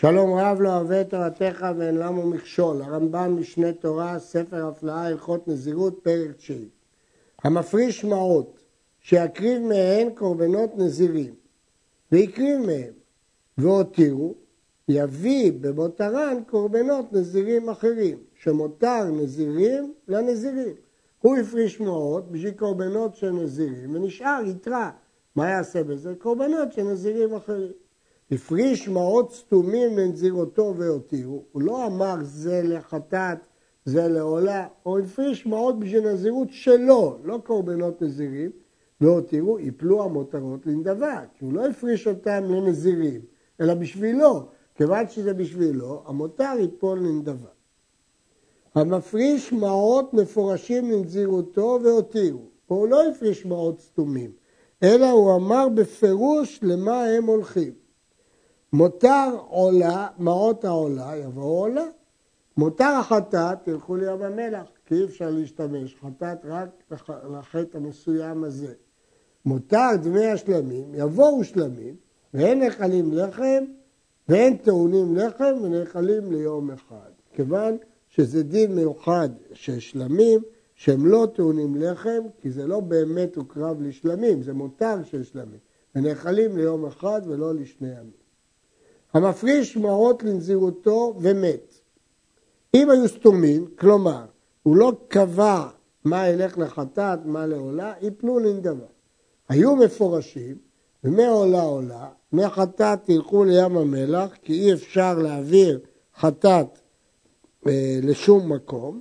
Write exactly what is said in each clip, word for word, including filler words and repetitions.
שלום רב לא אוהב את תורתך ואין למו מכשול. הרמב"ם משנה תורה, ספר הפלאה, הלכות נזירות, פרק תשיעי. המפריש מעות שיקריב מהן קורבנות נזירים ויקריב מהם והותירו, יביא במותרן קורבנות נזירים אחרים, שמותר נזירים לנזירים. הוא הפריש מעות בשביל קורבנות של נזירים ונשאר יתרה. מה יעשה בזה? קורבנות של נזירים אחרים. הפריש מעות סתומים לנזירותו והותירו. הוא לא אמר זה לחטאת, זה לעולה. הוא הפריש מעות בשביל נזירות שלו, לא קורבנות נזירים, והותירו, יפלו המותרות לנדבה. כי הוא לא הפריש אותם לנזירים, אלא בשבילו. כיוון שזה בשבילו, המותר ייפול לנדבה. המפריש מעות מפורשים לנזירותו והותירו. הוא לא הפריש מעות סתומים, אלא הוא אמר בפירוש למה הם הולכים. מותר עולה, מעות העולה, יבואו עולה. מותר החטאת, תלכו לים המלח, כי אי אפשר להשתמש. חטאת רק לחטא המסוים הזה. מותר דמי השלמים, יבואו שלמים, ואין נחלים לחם, ואין טעונים לחם, ונחלים ליום אחד. כיוון שזה דין מיוחד של שלמים, שהם לא טעונים לחם, כי זה לא באמת הוקרב לשלמים, זה מותר של שלמים. ונחלים ליום אחד ולא לשני ימים. המפריש מעות לנזירותו ומת. אם היו סתומים, כלומר, הוא לא קבע מה ילך לחטאת, מה לעולה, יפלו לנדבה. היו מפורשים, ומעולה עולה, מחטאת תלכו לים המלח, כי אי אפשר להעביר חטאת אה, לשום מקום.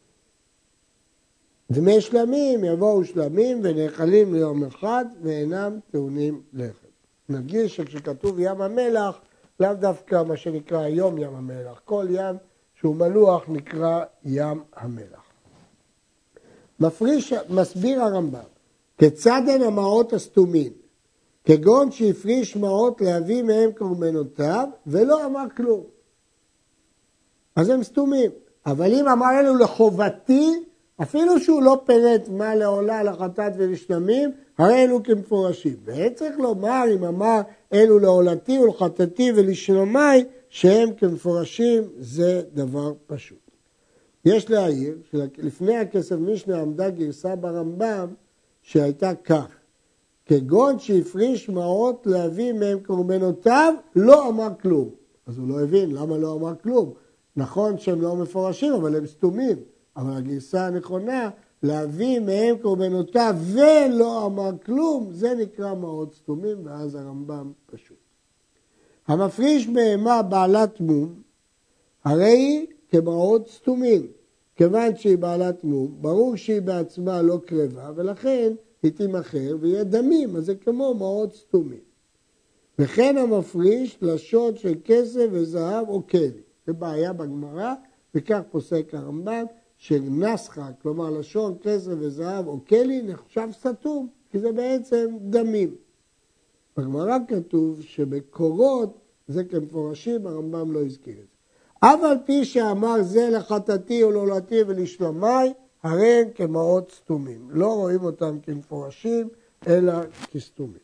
דמי שלמים יבואו שלמים ונאכלים ליום אחד, ואינם טעונים לחם. נדגיש שכשכתוב ים המלח, לאו דווקא מה שנקרא היום ים המלח. כל ים שהוא מלוח נקרא ים המלח. מפריש, מסביר הרמב"ם, כיצד הן המעות הסתומים? כגון שהפריש מעות להביא מהם קורבנותיו ולא אמר כלום. אז הם סתומים. אבל אם אמר אלו לחובתי, אפילו שהוא לא פירט מה לעולה, לחטאת ולשלמים, הרי אלו כמפורשים. וצריך לומר, אם אמר אלו לעולתי ולחטאתי ולשלמי, שהם כמפורשים, זה דבר פשוט. יש להעיר שלפני הכסף משנה עמדה גרסה ברמב"ם שהייתה כך, כגון שהפריש מעות להביא מהם קורבנותיו, לא אמר כלום. אז הוא לא הבין למה לא אמר כלום. נכון שהם לא מפורשים, אבל הם סתומים. אבל הגרסה הנכונה, להביא מהם קורבנותיו ולא אמר כלום, זה נקרא מעות סתומים, ואז הרמב"ם פשוט. המפריש בהמה בעלת מום, הרי היא כמעות סתומים. כיוון שהיא בעלת מום, ברור שהיא בעצמה לא קרבה, ולכן היא תימכר ויהיה דמים, אז זה כמו מעות סתומים. וכן המפריש לשון של כסף וזהב או כלי. זה בעיה בגמרא, וכך פוסק הרמב"ם, שנסחה, כלומר לשון כסף וזהב או כלי, נחשב סתום, כי זה בעצם דמים. בגמרא כתוב שבקורות זה כמפורשים, הרמב"ם לא הזכיר את זה. אבל פי שאמר זה לחטאתי או לעולתי ולשלמי, הרי הם כמעות סתומים. לא רואים אותם כמפורשים, אלא כסתומים.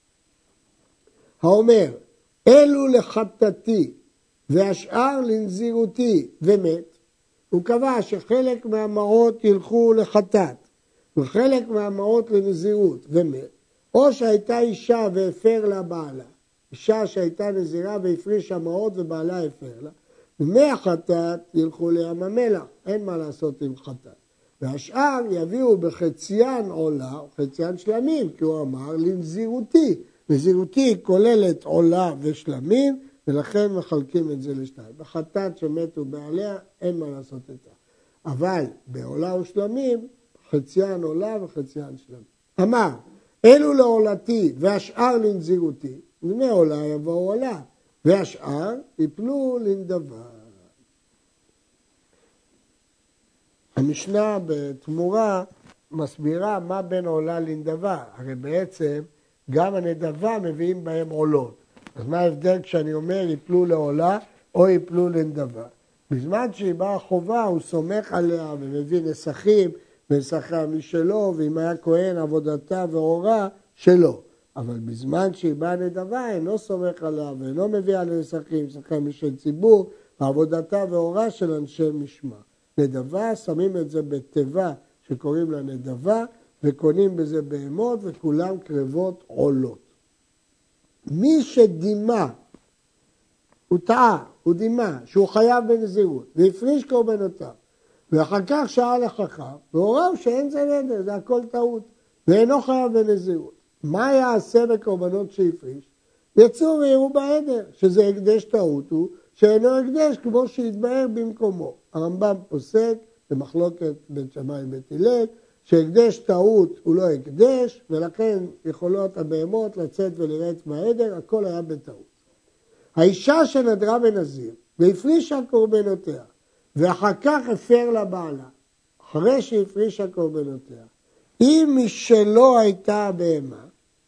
האומר, אלו לחטאתי והשאר לנזירותי ומת, הוא קבע שחלק מהמעות ילכו לחטאת, וחלק מהמעות לנזירות ומת, או שהייתה אישה והפר לה בעלה, אישה שהייתה נזירה והפרישה מעות ובעלה הפר לה, ומהחטאת ילכו לים המלח, אין מה לעשות עם חטאת. והשאר יביאו בחציין עולה או חציין שלמים, כי הוא אמר לנזירותי. נזירותי כוללת עולה ושלמים, ולכן מחלקים את זה לשתיים. בחטאת שמתו בעליה, אין מה לעשות איתה. אבל בעולה ושלמים, חציין עולה וחציין שלמים. אמר, אלו לעולתי והשאר לנזירותי, ומעולה יבואו עולה, והשאר יפלו לנדבה. המשנה בתמורה מסבירה מה בין עולה לנדבה. הרי בעצם גם הנדבה מביאים בהם עולות. אז מה ההבדל כשאני אומר יפלו לעולה או יפלו לנדבה? בזמן שהיא באה חובה הוא סומך עליה ומביא נסחים ונסחיה משלו, ואם היה כהן עבודתה ואורה שלו. אבל בזמן שהיא באה נדבה, אינו סומך עליה ואינו מביא עליה נסכים, נסכים משל ציבור, עבודתה והוראה של אנשי משמע. נדבה, שמים את זה בתיבה שקוראים לה נדבה, וקונים בזה בהמות, וכולם קרבות עולות. מי שדימה, הוא טעה, הוא דימה, שהוא חייב בנזירות, והפריש קורבנותיו, ואחר כך שאל החכם, והוריו שאין זה נדר, זה הכל טעות, ואינו חייב בנזירות. מה יעשה בקורבנות שהפריש? יצאו ויראו בעדר, שזה הקדש טעות הוא, שאינו הקדש כמו שהתבהר במקומו. הרמב"ם פוסק, במחלוקת בין שמאי ובית הלל, שהקדש טעות הוא לא הקדש, ולכן יכולות הבהמות לצאת ולראות בעדר, הכל היה בטעות. האישה שנדרה בנזיר, והפרישה קורבנותיה, ואחר כך הפר לבעלה, אחרי שהפרישה קורבנותיה, אם משלו הייתה הבהמה,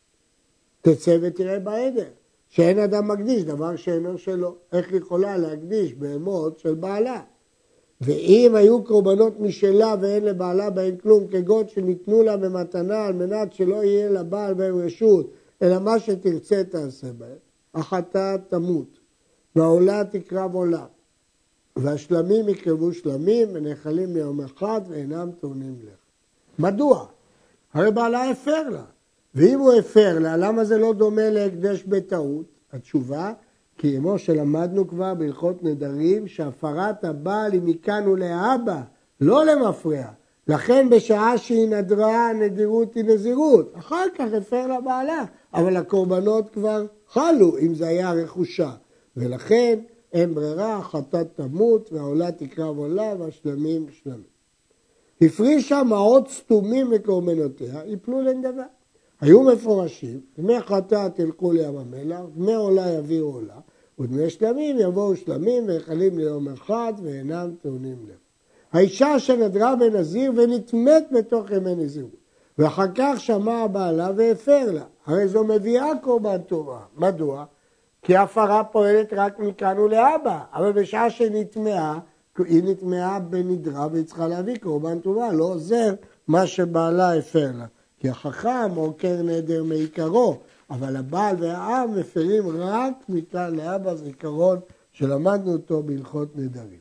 תצא ותראה בעדר, שאין אדם מקדיש, דבר שאינו שלו. איך יכולה להקדיש בהמות של בעלה? ואם היו קורבנות משלה ואין לבעלה בהן כלום, כגון שניתנו לה במתנה על מנת שלא יהיה לבעל בהם רשות, אלא מה שתרצה תעשה בהם, החטאת תמות, והעולה תקרב עולה, והשלמים יקרבו שלמים, ונאכלים ליום אחד ואינם טעונים לך. מדוע? הרי בעלה הפר לה. ואם הוא הפר לה, למה זה לא דומה להקדש בטעות? התשובה, כי כמו שלמדנו כבר בהלכות נדרים, שהפרת הבעל היא מכאן ולהבא, לא למפרע. לכן בשעה שהיא נדרה, הנדירות היא נזירות. אחר כך הפר לה בעלה, אבל הקורבנות כבר חלו, אם זה היה רכושה. ולכן אין ברירה, חטאת תמות, והעולה תקרב עולה, והשלמים שלמים. הפרישה מעות סתומים לקורבנותיה, יפלו לנדבה. היו מפורשים, דמי חטאת ילכו לים המלח, דמי עולה יביאו עולה, ודמי שלמים יבואו שלמים ויכלים ליום אחד ואינם טעונים לך. האישה שנדרה בנזיר ונטמאת בתוך ימי נזירות, ואחר כך שמע בעלה והפר לה, הרי זו מביאה קורבן תורה. מדוע? כי הפרה פועלת רק מכאן ולהבא, אבל בשעה שנטמעה, היא נטמעה בנדרה והיא צריכה להביא קורבן תורה, לא עוזר מה שבעלה הפר לה. כי החכם עוקר נדר מעיקרו, אבל הבעל והעם מפרים רק מכאן להבא, זה עיקרון שלמדנו אותו בהלכות נדרים.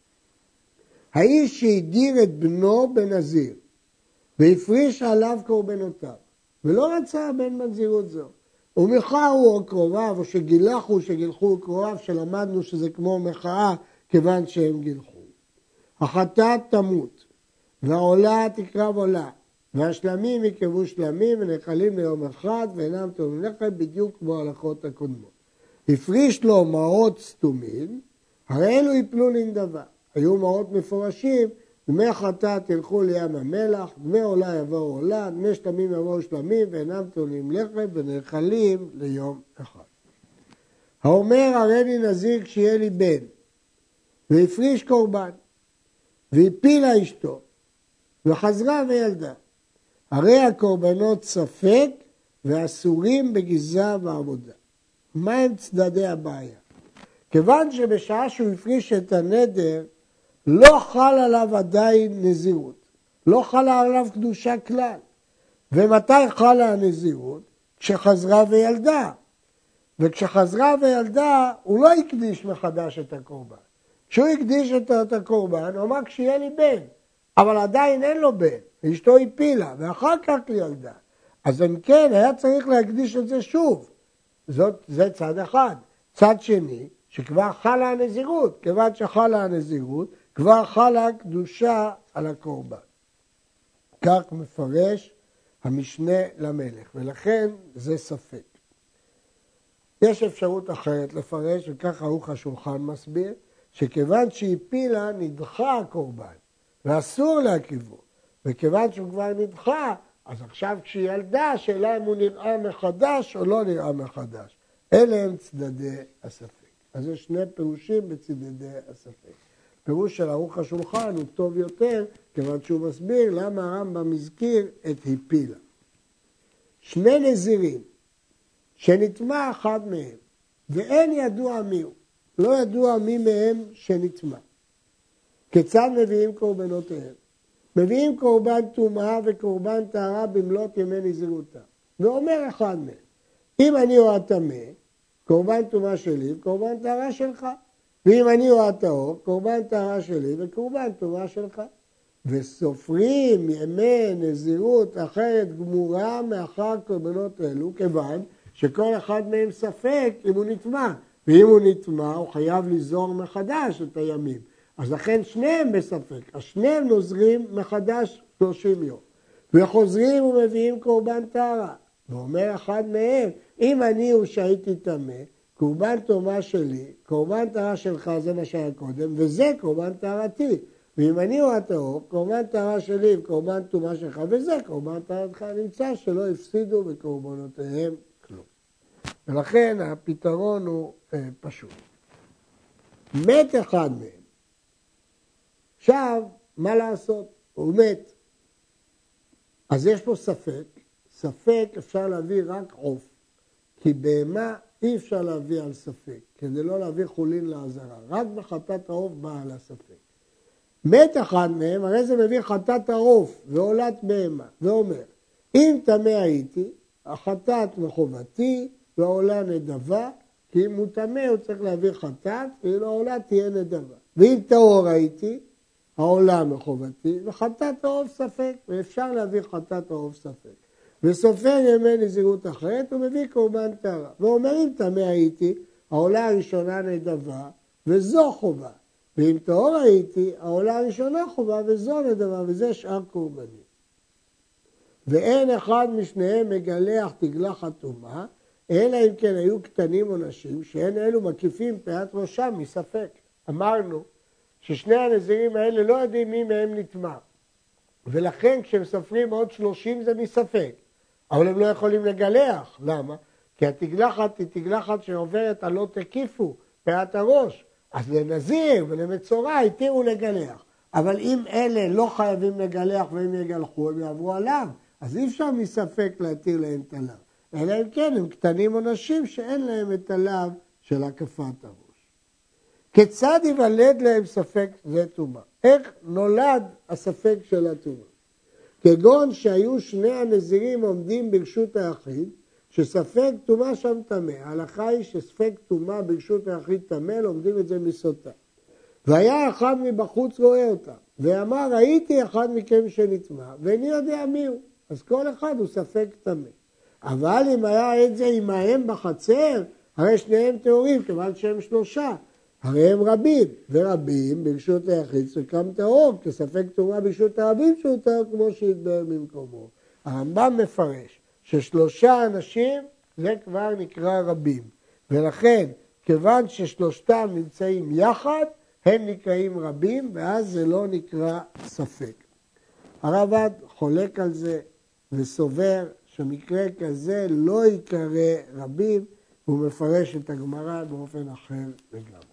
האיש שהדיר את בנו בנזיר, והפריש עליו קורבנותיו, ולא רצה בן בנזירות זו, ומחאו או קרוביו, או שגילחו שגילחו קרוביו, שלמדנו שזה כמו מחאה, כיוון שהם גילחו. החטאת תמות, והעולה תקרב עולה, והשלמים יקרבו שלמים ונאכלים ליום אחד ואינם טעונים לך, בדיוק כמו ההלכות הקודמות. הפריש לו מעות סתומים, הרי אלו יפלו לנדבה. היו מעות מפורשים, דמי חטאת ילכו לים המלח, דמי עולה יבואו עולה, דמי שלמים יבואו שלמים ואינם טעונים לחם ונאכלים ליום אחד. האומר הרי לי נזיר כשיהיה לי בן, והפריש קורבן, והפילה אשתו, וחזרה וילדה. הרי הקורבנות ספק ואסורים בגזרה ועבודה. מה הם צדדי הבעיה? כיוון שבשעה שהוא הפריש את הנדר, לא חל עליו עדיין נזירות. לא חלה עליו קדושה כלל. ומתי חלה הנזירות? כשחזרה וילדה. וכשחזרה וילדה, הוא לא הקדיש מחדש את הקורבן. כשהוא הקדיש את הקורבן, הוא אמר כשיהיה לי בן. אבל עדיין אין לו בן. אשתו הפילה, ואחר כך ילדה. אז אם כן, היה צריך להקדיש את זה שוב. זאת, זה צד אחד. צד שני, שכבר חלה הנזירות. כיוון שחלה הנזירות, כבר חלה קדושה על הקורבן. כך מפרש המשנה למלך, ולכן זה ספק. יש אפשרות אחרת לפרש, וכך ערוך השולחן מסביר, שכיוון שהפילה נדחה הקורבן, ואסור להקיבו. וכיוון שהוא כבר נדחה, אז עכשיו כשהיא ילדה, השאלה אם הוא נראה מחדש או לא נראה מחדש. אלה הם צדדי הספק. אז יש שני פירושים בצדדי הספק. פירוש של ערוך השולחן הוא טוב יותר, כיוון שהוא מסביר למה הרמב"ם הזכיר את הפילה. שני נזירים, שנטמע אחד מהם, ואין ידוע מי הוא, לא ידוע מי מהם שנטמע. כיצד מביאים קורבנותיהם? מביאים קורבן טומאה וקורבן טהרה במלאת ימי נזירותה. ואומר אחד מהם, אם אני או הטמא, קורבן טומאה שלי וקורבן טהרה שלך. ואם אני או הטהור, קורבן טהרה שלי וקורבן טומאה שלך. וסופרים ימי נזירות אחרת גמורה מאחר קורבנות אלו, כיוון שכל אחד מהם ספק אם הוא נטמא. ואם הוא נטמא, הוא חייב לזור מחדש את הימים. אז לכן שניהם בספק. אז שניהם נוזרים מחדש שלושים יום. וחוזרים ומביאים קורבן טהרה. ואומר אחד מהם, אם אני הוא שהייתי טמא, קורבן טומאה שלי, קורבן טהרה שלך, זה מה שהיה קודם, וזה קורבן טהרתי. ואם אני הוא הטהור, קורבן טהרה שלי וקורבן טומאה שלך, וזה קורבן טהרתך, נמצא שלא הפסידו בקורבנותיהם כלום. ולכן הפתרון הוא אה, פשוט. מת אחד מהם. עכשיו, מה לעשות? הוא מת. אז יש פה ספק. ספק אפשר להביא רק עוף. כי בהמה אי אפשר להביא על ספק, כדי לא להביא חולין לעזרה. רק בחטאת העוף באה על הספק. מת אחד מהם, הרי זה מביא חטאת העוף ועולת בהמה, ואומר, אם טמא הייתי, החטאת מחובתי והעולה נדבה, כי אם הוא טמא הוא צריך להביא חטאת, ואילו העולה תהיה נדבה. ואם טהור הייתי, העולה מחובתי, וחטאת העוף ספק, ואפשר להביא חטאת העוף ספק. וסופר ימי נזירות אחרת, הוא מביא קורבן טהרה. ואומר, אם טמא הייתי, העולה הראשונה נדבה, וזו חובה. ואם טהור הייתי, העולה הראשונה חובה, וזו נדבה, וזה שאר קורבנים. ואין אחד משניהם מגלח תגלחת טומאה, אלא אם כן היו קטנים או נשים, שאין אלו מקיפים פאת ראשם מספק. אמרנו ששני הנזירים האלה לא יודעים מי מהם נטמא. ולכן כשהם סופרים עוד שלושים זה מספק. אבל הם לא יכולים לגלח. למה? כי התגלחת היא תגלחת שעוברת על לא תקיפו פאת הראש. אז לנזיר ולמצורע התירו לגלח. אבל אם אלה לא חייבים לגלח והם יגלחו, הם יעברו עליו. אז אי אפשר מספק להתיר להם את הלאו. אלא אם כן, הם קטנים או נשים שאין להם את הלאו של הקפת הראש. כיצד ייוולד להם ספק זה טומאה? איך נולד הספק של הטומאה? כגון שהיו שני הנזירים עומדים ברשות היחיד, שספק טומאה שם טמא. ההלכה היא שספק טומאה ברשות היחיד טמא, לומדים את זה מסוטה. והיה אחד מבחוץ רואה אותה, ואמר, ראיתי אחד מכם שנטמא, ואיני יודע מי הוא. אז כל אחד הוא ספק טמא. אבל אם היה את זה עמהם בחצר, הרי שניהם טהורים, כיוון שהם שלושה. הרי הם רבים, ורבים ברשות היחיד סוכם טהור, כספק טומאה ברשות הרבים שהוא טהור כמו שהתבהר במקומו. הרמב"ם מפרש ששלושה אנשים זה כבר נקרא רבים, ולכן כיוון ששלושתם נמצאים יחד, הם נקראים רבים, ואז זה לא נקרא ספק. הרב"ד חולק על זה וסובר שמקרה כזה לא יקרא רבים, והוא מפרש את הגמרא באופן אחר לגמרי.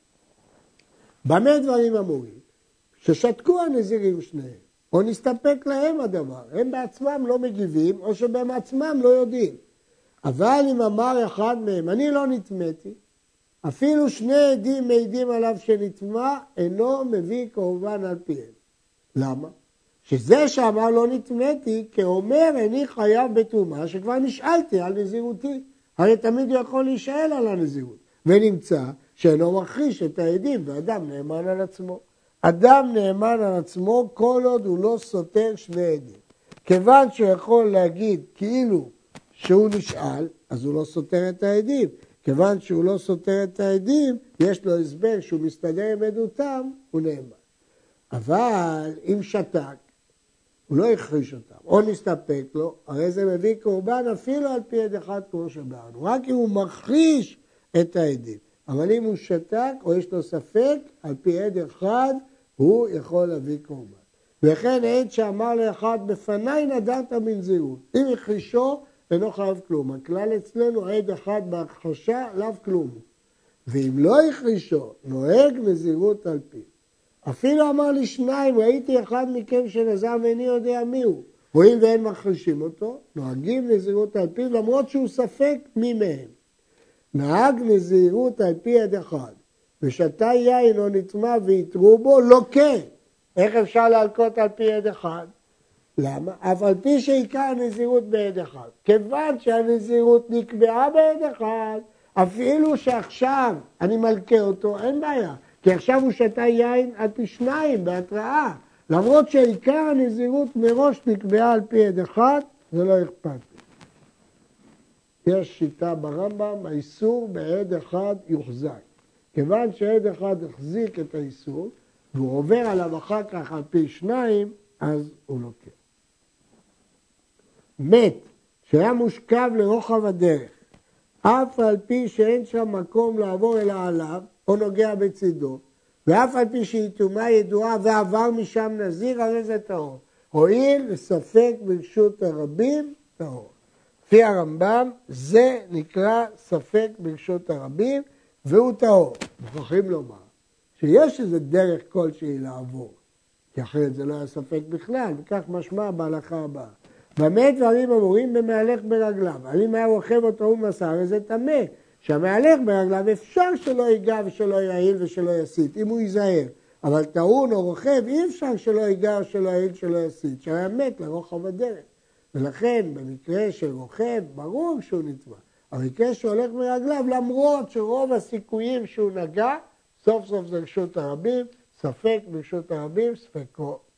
במה דברים אמורים? ששתקו הנזירים שניהם, או נסתפק להם הדבר, הם בעצמם לא מגיבים, או שבעצמם לא יודעים. אבל אם אמר אחד מהם, אני לא נטמאתי, אפילו שני עדים מעידים עליו שנטמא, אינו מביא קורבן על פיהם. למה? שזה שאמר לא נטמאתי, כאומר איני חייב בטומאה, שכבר נשאלתי על נזירותי. הרי תמיד הוא יכול להישאל על הנזירות. ונמצא שאינו מכחיש את העדים, ואדם נאמן על עצמו. אדם נאמן על עצמו כל עוד הוא לא סותר שני עדים. כיוון שהוא יכול להגיד כאילו שהוא נשאל, אז הוא לא סותר את העדים. כיוון שהוא לא סותר את העדים, יש לו הסבר שהוא מסתדר עם עדותם, הוא נאמן. אבל אם שתק, הוא לא הכחיש אותם, או נסתפק לו, הרי זה מביא קורבן אפילו על פי עד אחד כמו שבאנו. רק אם הוא מכחיש את העדים. אבל אם הוא שתק או יש לו ספק, על פי עד אחד, הוא יכול להביא קורבן. וכן עד שאמר לאחד, בפניי נדעת מנזירות. אם הכחישו, אינו חייב כלום. הכלל אצלנו, עד אחד בהכחשה, לאו כלום. ואם לא הכחישו, נוהג נזירות על פי. אפילו אמר לי שניים, ראיתי אחד מכם שנזר ואיני יודע מי הוא. רואים ואין מכחישים אותו, נוהגים נזירות על פי, למרות שהוא ספק מי מהם. נהג נזירות על פי עד אחד, ושתה יין או נטמא ויתרו בו, לא כן. איך אפשר להלקות על פי עד אחד? למה? אף על פי שעיקר הנזירות בעד אחד. כיוון שהנזירות נקבעה בעד אחד, אפילו שעכשיו אני מלכה אותו, אין בעיה. כי עכשיו הוא שתה יין על פי שניים בהתראה. למרות שעיקר הנזירות מראש נקבעה על פי עד אחד, זה לא אכפת. יש שיטה ברמב"ם, האיסור בעד אחד יוחזק. כיוון שעד אחד החזיק את האיסור, והוא עובר עליו אחר כך על פי שניים, אז הוא לוקח. מת, שהיה מושכב לרוחב הדרך, אף על פי שאין שם מקום לעבור אלא עליו, או נוגע בצידו, ואף על פי שהיא טומאה ידועה ועבר משם נזיר, הרי זה טהור. הואיל וספק ברשות הרבים, טהור. לפי הרמב"ם, זה נקרא ספק ברשות הרבים, והוא טהור. מוכרחים לומר שיש איזה דרך כלשהי לעבור, כי אחרת זה לא היה ספק בכלל, וכך משמע בהלכה הבאה. במה דברים אמורים במהלך ברגליו? אבל אם היה רוכב אותו ומסר, זה טמא. שהמהלך ברגליו אפשר שלא ייגע ושלא יעיל ושלא יסית, אם הוא ייזהר. אבל טעון או רוכב אי אפשר שלא ייגע או שלא יעיל שלא יסית, שהיה מת לרוחב הדרך. ולכן במקרה של רוכב, ברור שהוא נטמא. במקרה שהולך ברגליו, למרות שרוב הסיכויים שהוא נגע, סוף סוף זה רשות הרבים, ספק ברשות הרבים, ספקו